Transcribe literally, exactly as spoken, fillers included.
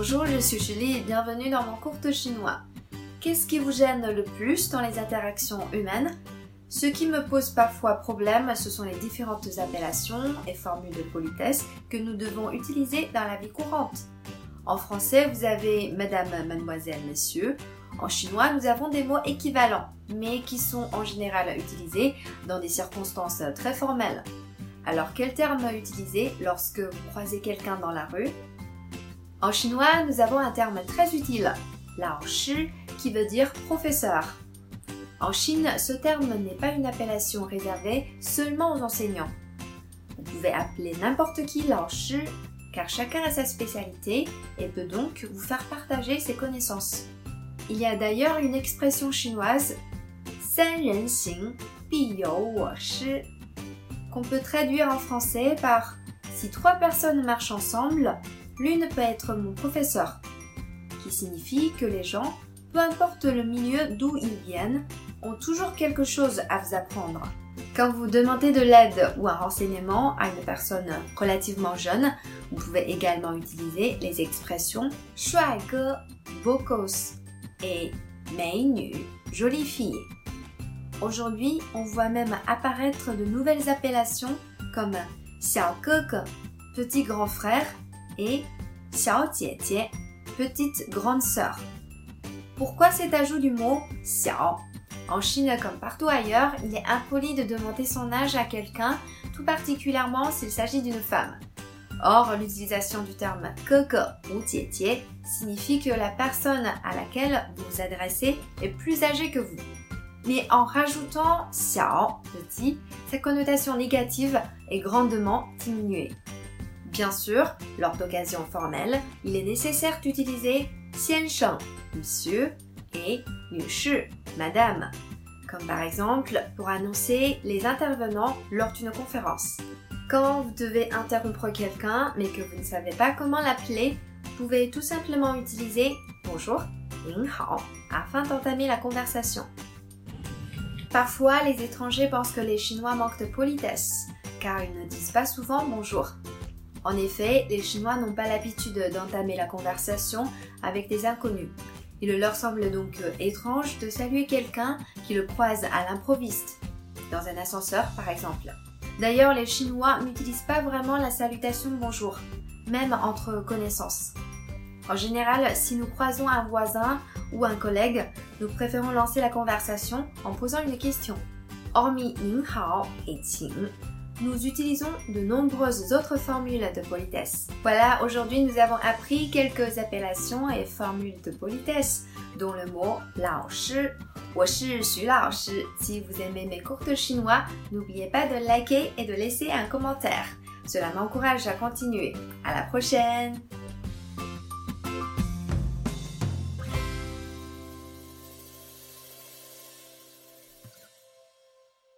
Bonjour, je suis Julie et bienvenue dans mon cours de chinois. Qu'est-ce qui vous gêne le plus dans les interactions humaines? Ce qui me pose parfois problème, ce sont les différentes appellations et formules de politesse que nous devons utiliser dans la vie courante. En français, vous avez madame, mademoiselle, messieurs. En chinois, nous avons des mots équivalents, mais qui sont en général utilisés dans des circonstances très formelles. Alors, quel terme utiliser lorsque vous croisez quelqu'un dans la rue? En chinois, nous avons un terme très utile, lao shi, qui veut dire professeur. En Chine, ce terme n'est pas une appellation réservée seulement aux enseignants. Vous pouvez appeler n'importe qui lao shi, car chacun a sa spécialité et peut donc vous faire partager ses connaissances. Il y a d'ailleurs une expression chinoise san ren xing bi you wo shi qu'on peut traduire en français par « Si trois personnes marchent ensemble, l'une peut être mon professeur », qui signifie que les gens, peu importe le milieu d'où ils viennent, ont toujours quelque chose à vous apprendre. Quand vous demandez de l'aide ou un renseignement à une personne relativement jeune, vous pouvez également utiliser les expressions « shuai ge »,« beau gosse » et « mei nu », « jolie fille ». Aujourd'hui, on voit même apparaître de nouvelles appellations comme « xiao gege », « petit grand frère » et « xiao jiejie », « petite grande sœur ». Pourquoi cet ajout du mot « xiao » ? En Chine comme partout ailleurs, il est impoli de demander son âge à quelqu'un, tout particulièrement s'il s'agit d'une femme. Or, l'utilisation du terme « gege » ou « jiejie » signifie que la personne à laquelle vous vous adressez est plus âgée que vous. Mais en rajoutant « xiao » petit, sa connotation négative est grandement diminuée. Bien sûr, lors d'occasions formelles, il est nécessaire d'utiliser « xiansheng » monsieur et « nushi » madame, comme par exemple pour annoncer les intervenants lors d'une conférence. Quand vous devez interrompre quelqu'un mais que vous ne savez pas comment l'appeler, vous pouvez tout simplement utiliser « bonjour » et « ning hao » afin d'entamer la conversation. Parfois, les étrangers pensent que les Chinois manquent de politesse, car ils ne disent pas souvent « bonjour ». En effet, les Chinois n'ont pas l'habitude d'entamer la conversation avec des inconnus. Il leur semble donc étrange de saluer quelqu'un qui le croise à l'improviste, dans un ascenseur par exemple. D'ailleurs, les Chinois n'utilisent pas vraiment la salutation bonjour, même entre connaissances. En général, si nous croisons un voisin ou un collègue, nous préférons lancer la conversation en posant une question. Hormis ning hao et qing, nous utilisons de nombreuses autres formules de politesse. Voilà, aujourd'hui nous avons appris quelques appellations et formules de politesse, dont le mot lao shi. Je suis Xu Lao Shi. Si vous aimez mes cours de chinois, n'oubliez pas de liker et de laisser un commentaire. Cela m'encourage à continuer. À la prochaine!